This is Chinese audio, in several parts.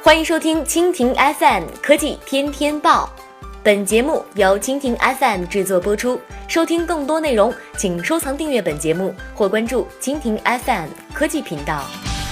欢迎收听蜻蜓 FM 科技天天报，本节目由蜻蜓 FM 制作播出。收听更多内容，请收藏订阅本节目或关注蜻蜓 FM 科技频道。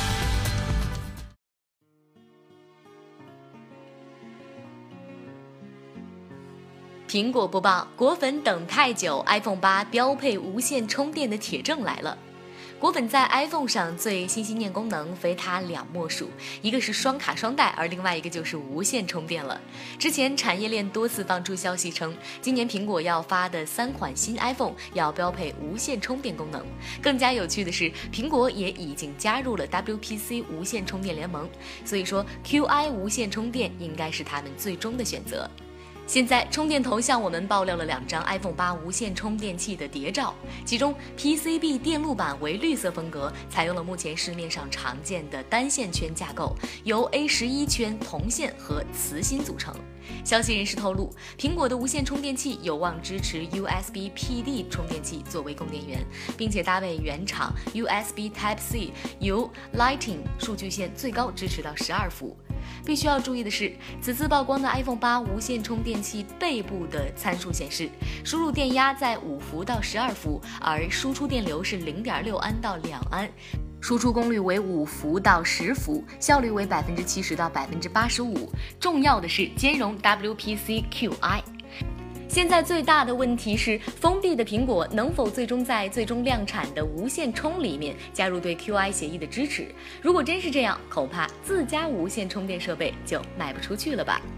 苹果播报：果粉等太久 ，iPhone 8标配无线充电的铁证来了。果粉在 iPhone 上最心念功能非它两莫属，一个是双卡双待，而另外一个就是无线充电了。之前产业链多次放出消息称，今年苹果要发的3款新 iPhone 要标配无线充电功能。更加有趣的是，苹果也已经加入了 WPC 无线充电联盟，所以说 QI 无线充电应该是他们最终的选择。现在充电头向我们爆料了2张 iPhone 8无线充电器的谍照，其中 PCB 电路板为绿色风格，采用了目前市面上常见的单线圈架构，由 A11 圈铜线和磁芯组成。消息人士透露，苹果的无线充电器有望支持 USB PD 充电器作为供电源，并且搭配原厂 USB Type-C 由 Lightning 数据线，最高支持到12伏。必须要注意的是，此次曝光的 iPhone 8无线充电器背部的参数显示，输入电压在5伏到12伏，而输出电流是0.6安到2安，输出功率为5伏到10伏，效率为70%到85%。重要的是兼容 WPC QI。现在最大的问题是，封闭的苹果能否最终在最终量产的无线充里面加入对 QI 协议的支持？如果真是这样，恐怕自家无线充电设备就卖不出去了吧。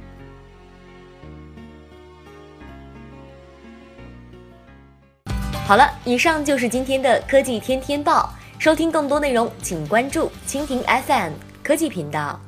好了，以上就是今天的科技天天报。收听更多内容，请关注蜻蜓 FM 科技频道。